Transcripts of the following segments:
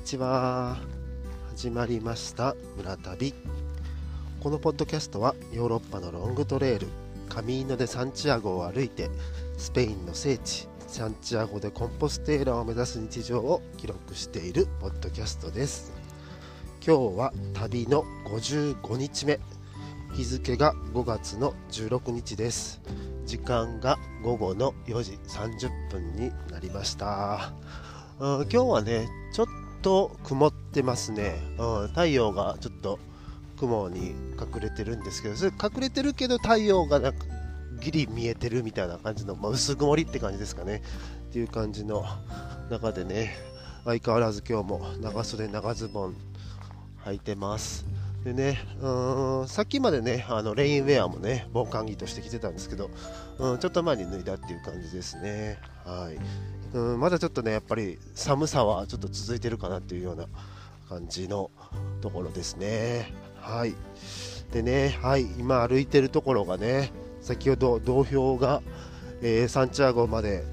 ちは。始まりました村旅。このポッドキャストはヨーロッパのロングトレイルカミーノ・デ・サンチアゴを歩いてスペインの聖地サンチアゴ・デ・コンポステーラを目指す日常を記録しているポッドキャストです。今日は旅の55日目、日付が5月の16日です。時間が午後の4時30分になりました。今日はねちょっと曇ってますね。太陽がちょっと雲に隠れてるんですけど、それ隠れてるけど太陽がなんかギリ見えてるみたいな感じの、薄曇りって感じですかねっていう感じの中でね、相変わらず今日も長袖長ズボン履いてます。でね、さっきまでねレインウェアもね防寒着として着てたんですけど、ちょっと前に脱いだっていう感じですね。はい。まだちょっとねやっぱり寒さはちょっと続いてるかなっていうような感じのところですね。はい。でね、はい、今歩いてるところがね、先ほど道標が、サンチアゴまで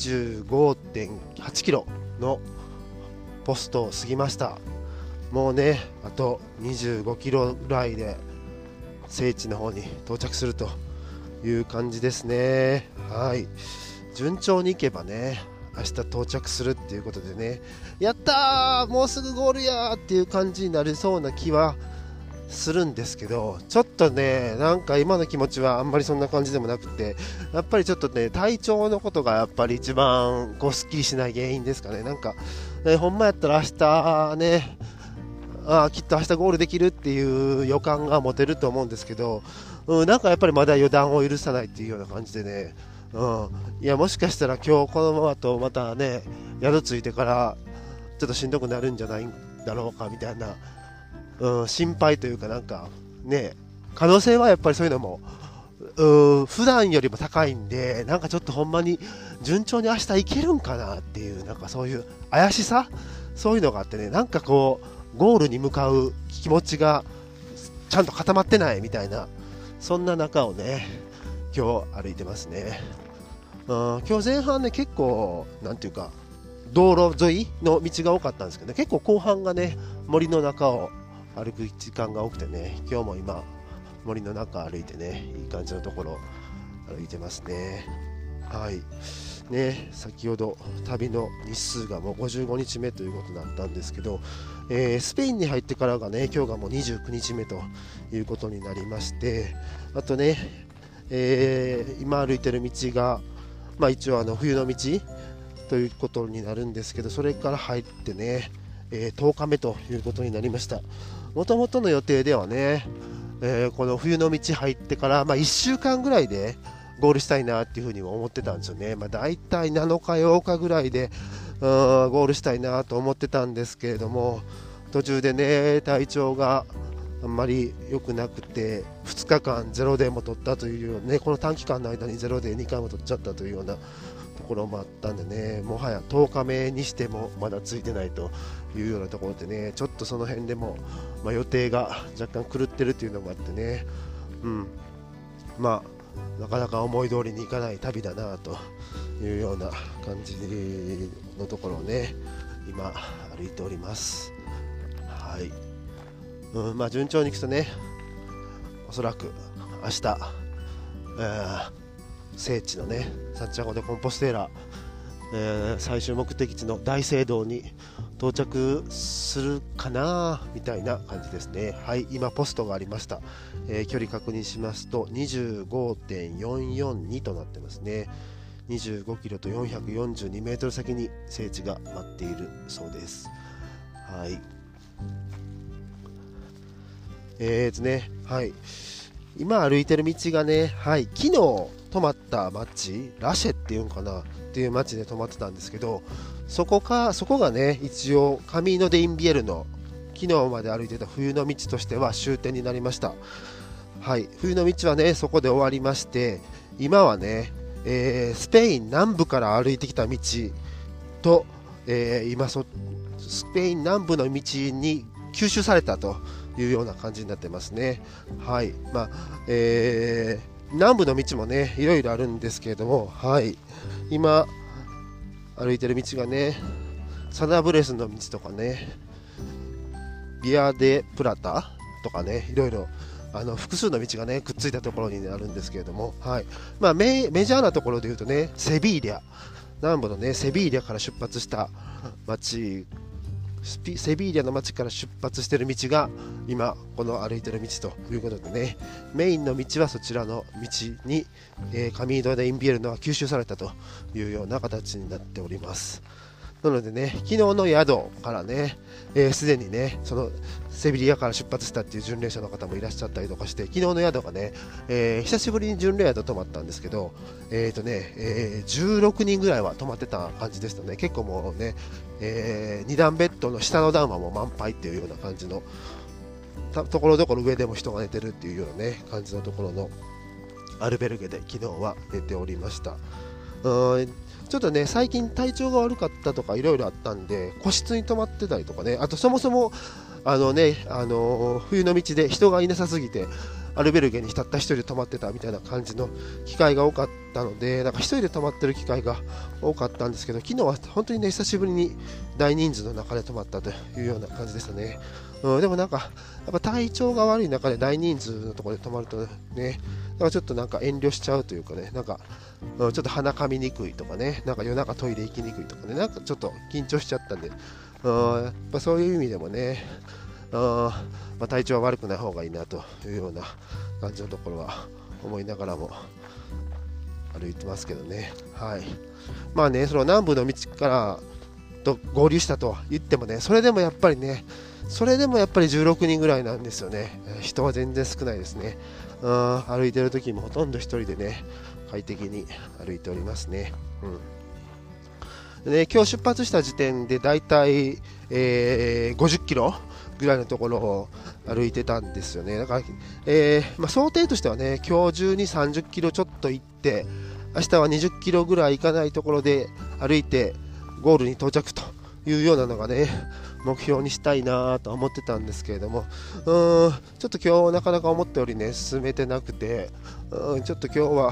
25.8 キロのポストを過ぎました。もうねあと25キロぐらいで聖地の方に到着するという感じですね。はい。順調に行けばね明日到着するっていうことでね、やったーもうすぐゴールやーっていう感じになりそうな気はするんですけど、ちょっとねなんか今の気持ちはあんまりそんな感じでもなくて、やっぱりちょっとね体調のことがやっぱり一番すっきりしない原因ですかね。なんか、ほんまやったら明日ねきっと明日ゴールできるっていう予感が持てると思うんですけど、なんかやっぱりまだ予断を許さないっていうような感じでね、いやもしかしたら今日このままとまたね宿ついてからちょっとしんどくなるんじゃないんだろうかみたいな、心配というかなんかね可能性はやっぱりそういうのも普段よりも高いんで、なんかちょっとほんまに順調に明日行けるんかなっていうなんかそういう怪しさ、そういうのがあってね、なんかこうゴールに向かう気持ちがちゃんと固まってないみたいな、そんな中をね今日歩いてますね。今日前半ね結構なんていうか道路沿いの道が多かったんですけど、ね、結構後半がね森の中を歩く時間が多くてね、今日も今森の中歩いてねいい感じのところ歩いてますね。はいね、先ほど旅の日数がもう55日目ということだったんですけど、スペインに入ってからがね今日がもう29日目ということになりまして、あとね、今歩いてる道が、一応冬の道ということになるんですけど、それから入ってね、10日目ということになりました。もともとの予定ではね、この冬の道入ってから、1週間ぐらいでゴールしたいなっていうふうにも思ってたんですよね。だいたい7日8日ぐらいでゴールしたいなと思ってたんですけれども、途中でね体調があんまり良くなくて2日間ゼロデーも取ったというようなね、この短期間の間にゼロデー2回も取っちゃったというようなところもあったんでね、もはや10日目にしてもまだついてないというようなところでね、ちょっとその辺でも、予定が若干狂ってるというのもあってね、なかなか思い通りにいかない旅だなというような感じのところをね今歩いております。はい。順調にいくとねおそらく明日、聖地のねサンチアゴ・デ・コンポステーラ、最終目的地の大聖堂に到着するかなみたいな感じですね。はい、今ポストがありました。距離確認しますと 25.442 となってますね。25キロと442メートル先に聖地が待っているそうです。はい。はい、今歩いてる道がね、昨日泊まった町ラシェっていうんかなっていう町で泊まってたんですけど、そこがね一応カミーノ・デ・インビエルの昨日まで歩いてた冬の道としては終点になりました。はい、冬の道はねそこで終わりまして、今はね、スペイン南部から歩いてきた道と、今スペイン南部の道に吸収されたというような感じになってますね。はい。南部の道もねいろいろあるんですけれども、はい、今歩いてる道がねサナブレスの道とかね、ビアデプラタとかね、いろいろ複数の道がねくっついたところになるんですけれども、はい、メジャーなところでいうとね、セビーリャ、南部のねセビーリャから出発した町、セビーリャの町から出発している道が今この歩いてる道ということでね、メインの道はそちらの道に、カミーノ・デ・インビエルノは吸収されたというような形になっております。なのでね、昨日の宿からね、すでにね、そのセビリアから出発したっていう巡礼者の方もいらっしゃったりとかして、昨日の宿がね、久しぶりに巡礼宿泊まったんですけど、16人ぐらいは泊まってた感じでしたね。結構もうね、2段ベッドの下の段はもう満杯っていうような感じの、ところどころ上でも人が寝てるっていうようなね、感じのところのアルベルゲで昨日は寝ておりました。ちょっとね、最近体調が悪かったとかいろいろあったんで、個室に泊まってたりとかね、あとそもそも冬の道で人がいなさすぎて、アルベルゲにたった一人で泊まってたみたいな感じの機会が多かったので、なんか一人で泊まってる機会が多かったんですけど、昨日は本当にね、久しぶりに大人数の中で泊まったというような感じでしたね。でもなんか、やっぱ体調が悪い中で大人数のところで泊まるとね、だからちょっとなんか遠慮しちゃうというかね、なんか、ちょっと鼻かみにくいとかね、なんか夜中トイレ行きにくいとかね、なんかちょっと緊張しちゃったんで、やっぱそういう意味でもね、体調は悪くない方がいいなというような感じのところは思いながらも歩いてますけどね。はい。まあね、その南部の道からと合流したと言ってもね、それでもやっぱり16人ぐらいなんですよね。人は全然少ないですね。歩いてる時もほとんど一人でね、快適に歩いておりますね。で今日出発した時点でだいたい50キロぐらいのところを歩いてたんですよね。だから、想定としてはね、今日中に30キロちょっと行って、明日は20キロぐらい行かないところで歩いてゴールに到着というようなのがね、目標にしたいなと思ってたんですけれども、ちょっと今日なかなか思ったよりね進めてなくて、ちょっと今日は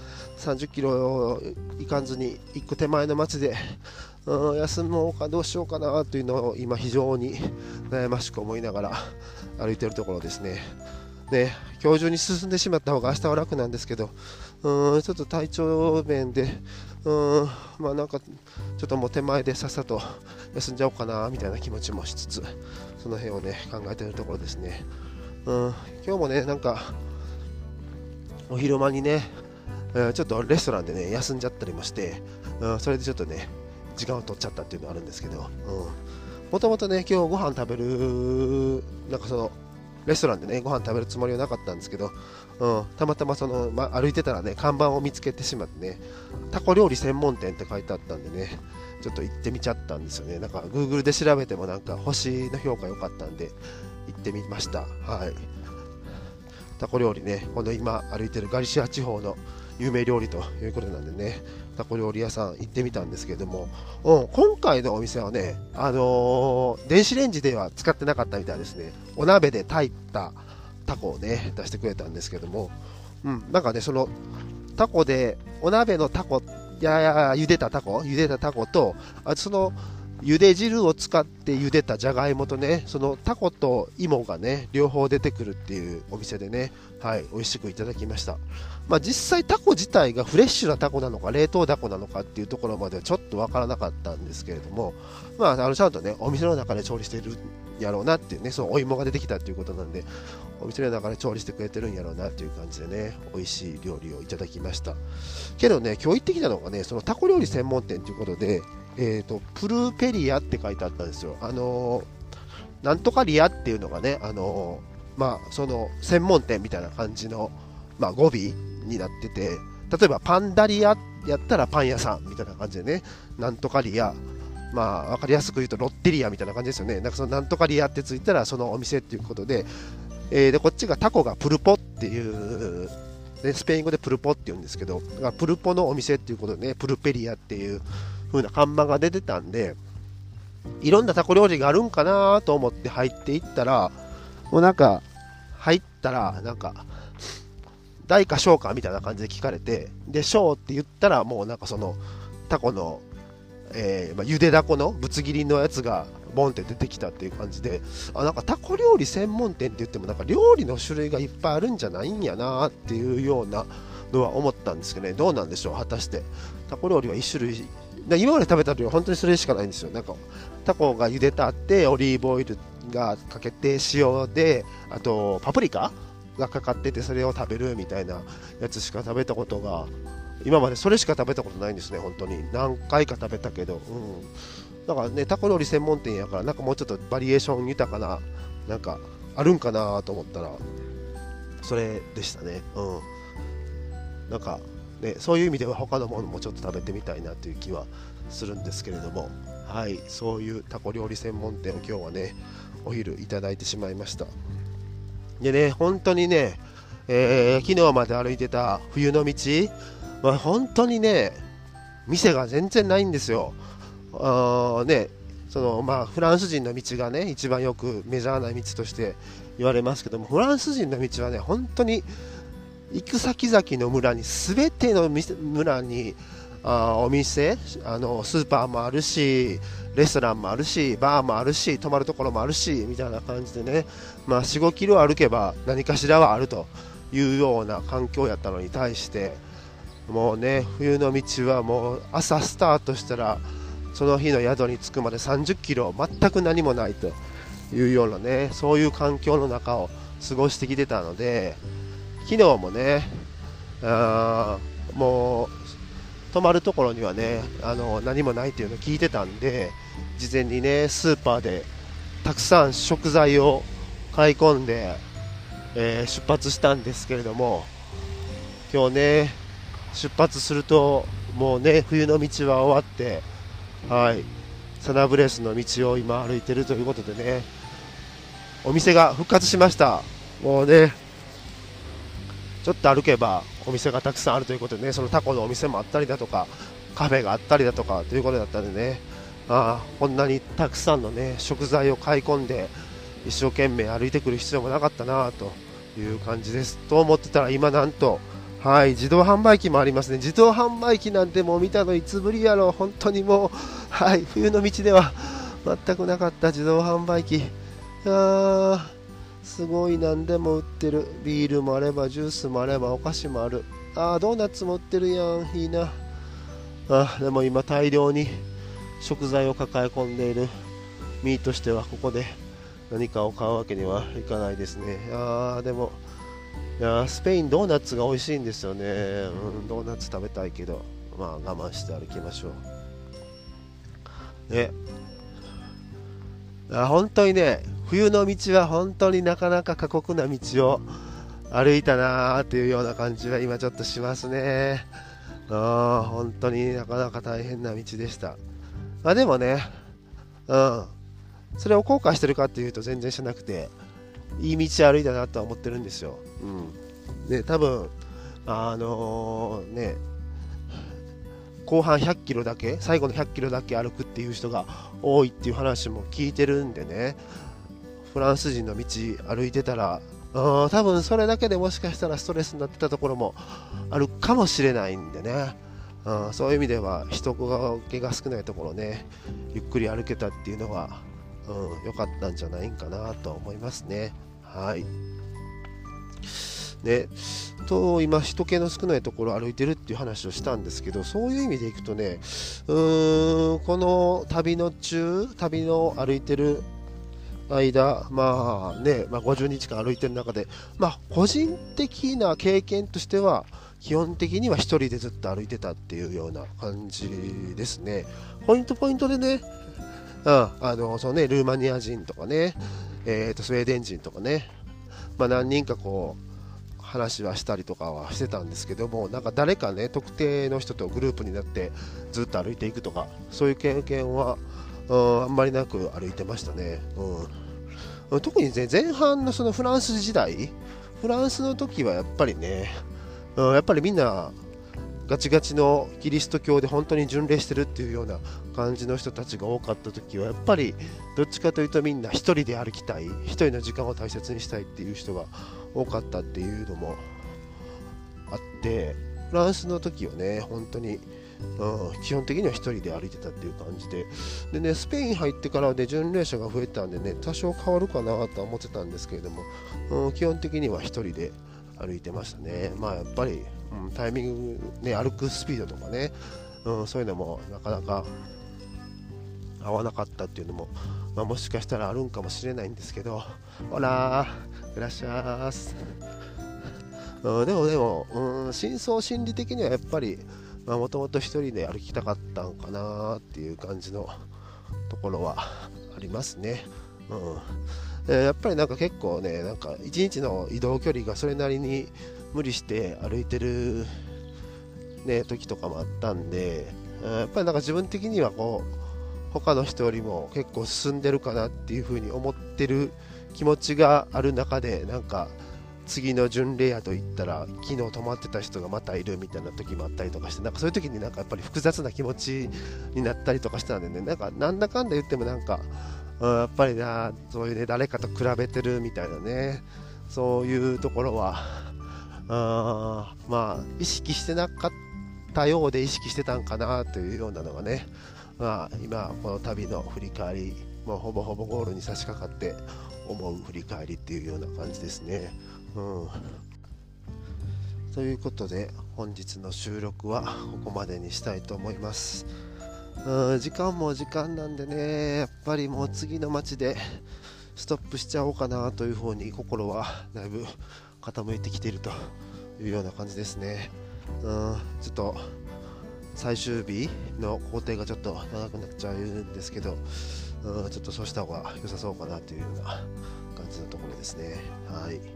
30キロ行かずに1個手前の町で休もうかどうしようかなというのを今非常に悩ましく思いながら歩いているところですね。今日中に進んでしまった方が明日は楽なんですけど、ちょっと体調面でなんかちょっともう手前でさっさと休んじゃおうかなみたいな気持ちもしつつ、その辺をね考えているところですね。今日もね、なんかお昼間にね、ちょっとレストランでね休んじゃったりもして、それでちょっとね時間を取っちゃったっていうのがあるんですけど、もともとね今日ご飯食べる、なんかそのレストランでねご飯食べるつもりはなかったんですけど、たまたま歩いてたらね看板を見つけてしまってね、タコ料理専門店って書いてあったんでね、ちょっと行ってみちゃったんですよね。なんか Google で調べてもなんか星の評価良かったんで行ってみました。はい。タコ料理ね、この今歩いてるガリシア地方の有名料理ということなんでね、タコ料理屋さん行ってみたんですけども、今回のお店はね、電子レンジでは使ってなかったみたいですね。お鍋で炊いたタコをね出してくれたんですけども、なんかね、そのタコでお鍋のタコ茹でたタコと、あとその茹で汁を使って茹でたじゃがいもとね、そのタコと芋がね両方出てくるっていうお店でね、はい、美味しくいただきました。実際タコ自体がフレッシュなタコなのか冷凍タコなのかっていうところまではちょっとわからなかったんですけれども、ちゃんとねお店の中で調理してるんやろうなっていうね、そのお芋が出てきたっていうことなんで、お店の中で調理してくれてるんやろうなっていう感じでね、美味しい料理をいただきました。けどね、今日行ってきたのがね、そのタコ料理専門店ということで、プルペリアって書いてあったんですよ。なんとかリアっていうのがね、その専門店みたいな感じの、語尾になってて、例えばパンダリアやったらパン屋さんみたいな感じでね、なんとかリア、分かりやすく言うとロッテリアみたいな感じですよね。なんかそのなんとかリアってついたらそのお店っていうことで、でこっちがタコがプルポっていう、スペイン語でプルポって言うんですけど、プルポのお店っていうことでね、プルペリアっていう風な看板が出てたんで、いろんなタコ料理があるんかなと思って入っていったら、もうなんか入ったらなんか大か小かみたいな感じで聞かれて、で小って言ったらもうなんかそのタコのゆでだこのぶつ切りのやつがボンって出てきたっていう感じで、なんかタコ料理専門店って言ってもなんか料理の種類がいっぱいあるんじゃないんやなっていうようなのは思ったんですけどね。どうなんでしょう、果たしてタコ料理は1種類今まで食べた料理は本当にそれしかないんですよ。なんかタコが茹でたってオリーブオイルがかけて塩で、あとパプリカがかかっててそれを食べるみたいなやつしか食べたことが、今までそれしか食べたことないんですね。本当に何回か食べたけど、だからね、タコ料理専門店やからなんかもうちょっとバリエーション豊かななんかあるんかなと思ったらそれでしたね。なんかね、そういう意味では他のものもちょっと食べてみたいなという気はするんですけれども、はい、そういうタコ料理専門店を今日はねお昼いただいてしまいました。でね、本当にね、昨日まで歩いてた冬の道、本当にね店が全然ないんですよ。フランス人の道がね一番よくメジャーな道として言われますけども、フランス人の道はね本当に行く先々の村に全ての村にお店スーパーもあるし、レストランもあるし、バーもあるし、泊まるところもあるしみたいな感じでね、4、5キロ歩けば何かしらはあるというような環境やったのに対して、もうね冬の道はもう朝スタートしたらその日の宿に着くまで30キロ全く何もないというようなね、そういう環境の中を過ごしてきてたので、昨日もねもう泊まるところにはね何もないっていうのを聞いてたんで、事前にねスーパーでたくさん食材を買い込んで、出発したんですけれども、今日ね出発するともうね冬の道は終わって、サナブレスの道を今歩いてるということでね、お店が復活しました。もうねちょっと歩けばお店がたくさんあるということでね、そのタコのお店もあったりだとかカフェがあったりだとかということだったんでね、こんなにたくさんのね食材を買い込んで一生懸命歩いてくる必要もなかったなという感じですと思ってたら、今なんと自動販売機もありますね。自動販売機なんてもう見たのいつぶりやろ。本当にもう冬の道では全くなかった自動販売機。すごい、何でも売ってる。ビールもあればジュースもあればお菓子もある。ドーナツも売ってるやん。いいな。でも今大量に食材を抱え込んでいる身としてはここで何かを買うわけにはいかないですね。でもスペインドーナツが美味しいんですよね。ドーナツ食べたいけど我慢して歩きましょうね。本当にね冬の道は本当になかなか過酷な道を歩いたなーというような感じは今ちょっとしますね。本当になかなか大変な道でした。でもね、それを後悔してるかっていうと全然しなくて、いい道歩いたなとは思ってるんですよ。多分後半100キロだけ、最後の100キロだけ歩くっていう人が多いっていう話も聞いてるんでね、フランス人の道歩いてたら多分それだけでもしかしたらストレスになってたところもあるかもしれないんでね、そういう意味では人気が少ないところねゆっくり歩けたっていうのは良かったんじゃないかなと思いますね。今人気の少ないところを歩いてるっていう話をしたんですけど、そういう意味でいくとね、この旅の歩いてる間50日間歩いてる中で個人的な経験としては基本的には一人でずっと歩いてたっていうような感じですね。ポイントでね、ルーマニア人とかね、スウェーデン人とかね、何人かこう話はしたりとかはしてたんですけども、なんか誰かね特定の人とグループになってずっと歩いていくとかそういう経験はあんまりなく歩いてましたね。特にね前半のそのフランス時代、フランスの時はやっぱりね、やっぱりみんなガチガチのキリスト教で本当に巡礼してるっていうような感じの人たちが多かった時はやっぱりどっちかというとみんな一人で歩きたい、一人の時間を大切にしたいっていう人が多かったっていうのもあって、フランスの時はね本当に基本的には1人で歩いてたっていう感じでね、スペイン入ってからで巡礼者が増えたんでね、多少変わるかなとは思ってたんですけれども、基本的には1人で歩いてましたね。やっぱり、タイミング、ね、歩くスピードとかね、そういうのもなかなか合わなかったっていうのも、もしかしたらあるんかもしれないんですけど、ほらいらっしゃいます。でも、深層心理的にはやっぱりもともと一人で歩きたかったんかなっていう感じのところはありますね。やっぱりなんか結構ね、なんか一日の移動距離がそれなりに無理して歩いてる、ね、時とかもあったんで、やっぱりなんか自分的にはこう他の人よりも結構進んでるかなっていう風に思ってる気持ちがある中で、なんか次の巡礼やと言ったら昨日泊まってた人がまたいるみたいな時もあったりとかして、なんかそういう時になんかやっぱり複雑な気持ちになったりとかしたんでね、なんだかんだ言ってもなんか、やっぱりな、そういうね、誰かと比べてるみたいなね、そういうところは意識してなかったようで意識してたんかなというようなのがね、今この旅の振り返り、もうほぼほぼゴールに差し掛かって思う振り返りっていうような感じですね。ということで本日の収録はここまでにしたいと思います。時間も時間なんでね、やっぱりもう次の街でストップしちゃおうかなという方に心はだいぶ傾いてきているというような感じですね。ちょっと最終日の工程がちょっと長くなっちゃうんですけど、ちょっとそうした方が良さそうかなというような感じのところですね。はい、い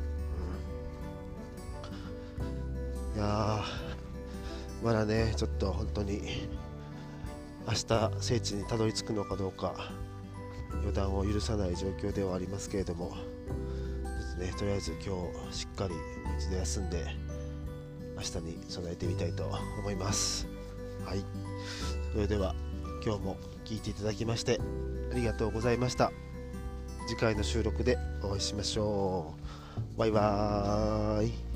やー、まだね、ちょっと本当に明日聖地にたどり着くのかどうか予断を許さない状況ではありますけれども、とりあえず今日しっかりもう一度休んで明日に備えてみたいと思います。はい、それでは今日も聞いていただきましてありがとうございました。次回の収録でお会いしましょう。バイバーイ。